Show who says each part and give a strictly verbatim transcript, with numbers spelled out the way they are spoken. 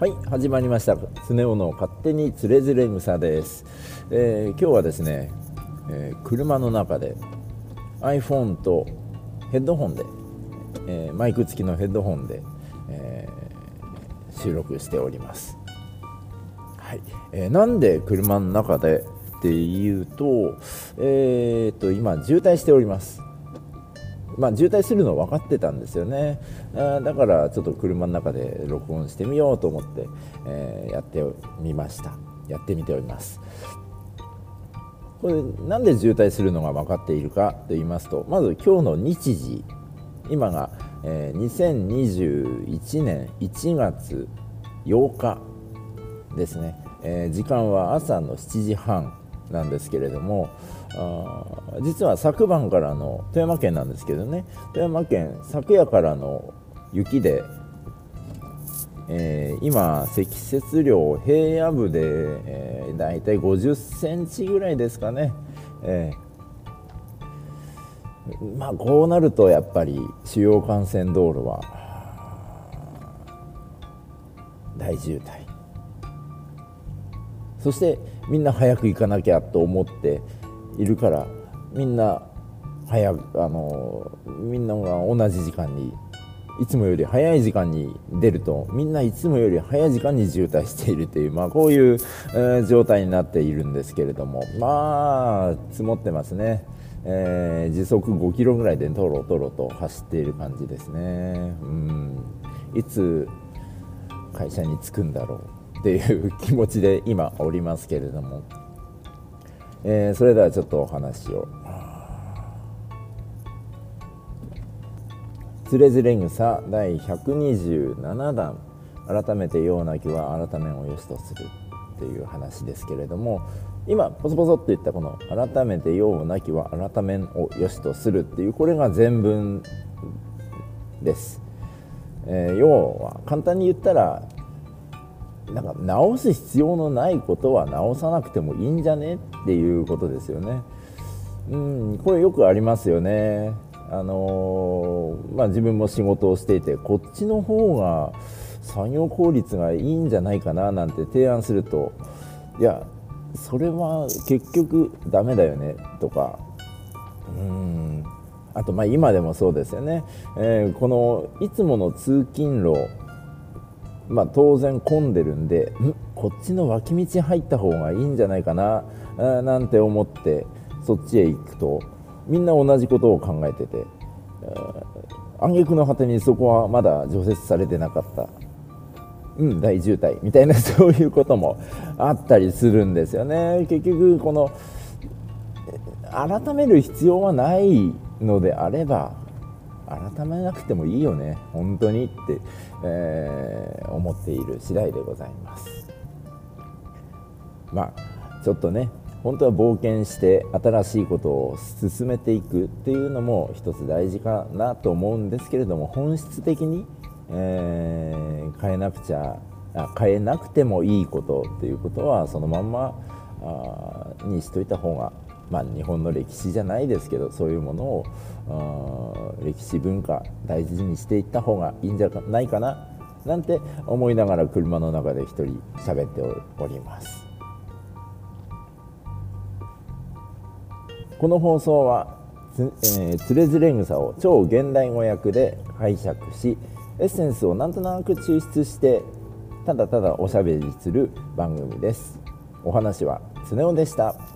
Speaker 1: はい、始まりました。スネ夫の勝手につれづれ草です。えー、今日はですね、えー、車の中で iPhone とヘッドホンで、えー、マイク付きのヘッドホンで、えー、収録しております。はい、えー、なんで車の中でっていうと、えー、と今渋滞しております。まあ、渋滞するの分かってたんですよね。あだからちょっと車の中で録音してみようと思って、えー、やってみましたやってみております。これなんで渋滞するのが分かっているかと言いますと、まず今日の日時、今が、えー、にせんにじゅういちねんいちがつようかですね、えー、時間は朝のしちじはんなんですけれども、あ実は昨晩からの富山県なんですけどね、富山県昨夜からの雪で、えー、今積雪量平野部で、えー、だいたいごじゅっセンチぐらいですかね、えー、まあこうなるとやっぱり主要幹線道路は大渋滞、そしてみんな早く行かなきゃと思っているから、みんな早くあのみんなが同じ時間にいつもより早い時間に出ると、みんないつもより早い時間に渋滞しているという、まあ、こういう、えー、状態になっているんですけれども、まあ積もってますね。えー、時速ごキロぐらいでトロトロと走っている感じですね。うんいつ会社に着くんだろうっていう気持ちで今おりますけれども、えー、それではちょっとお話を。つれづれ草だいひゃくにじゅうななだん、改めてようなきは改めんをよしとするっていう話ですけれども、今ポソポソって言ったこの改めてようなきは改めんをよしとするっていう、これが全文です。えー、要は簡単に言ったら、なんか直す必要のないことは直さなくてもいいんじゃねっていうことですよね。うんこれよくありますよね。あのーまあ、自分も仕事をしていて、こっちの方が作業効率がいいんじゃないかななんて提案すると、いやそれは結局ダメだよねとか、うんあとまあ今でもそうですよね、えー、このいつもの通勤路、まあ、当然混んでるんで、んこっちの脇道入った方がいいんじゃないかななんて思ってそっちへ行くと、みんな同じことを考えてて、挙句の果てにそこはまだ除雪されてなかった、うん大渋滞みたいな、そういうこともあったりするんですよね。結局この改める必要はないのであれば改めなくてもいいよね本当にって、えー、思っている次第でございます。まあちょっとね、本当は冒険して新しいことを進めていくっていうのも一つ大事かなと思うんですけれども、本質的に、えー、変えなくちゃあ変えなくてもいいことっていうことはそのまんまあにしといた方が、まあ、日本の歴史じゃないですけど、そういうものを歴史文化大事にしていった方がいいんじゃないかななんて思いながら車の中で一人喋っております。この放送はつ、えー、つれづれ草を超現代語訳で解釈し、エッセンスをなんとなく抽出してただただおしゃべりする番組です。お話はつねおでした。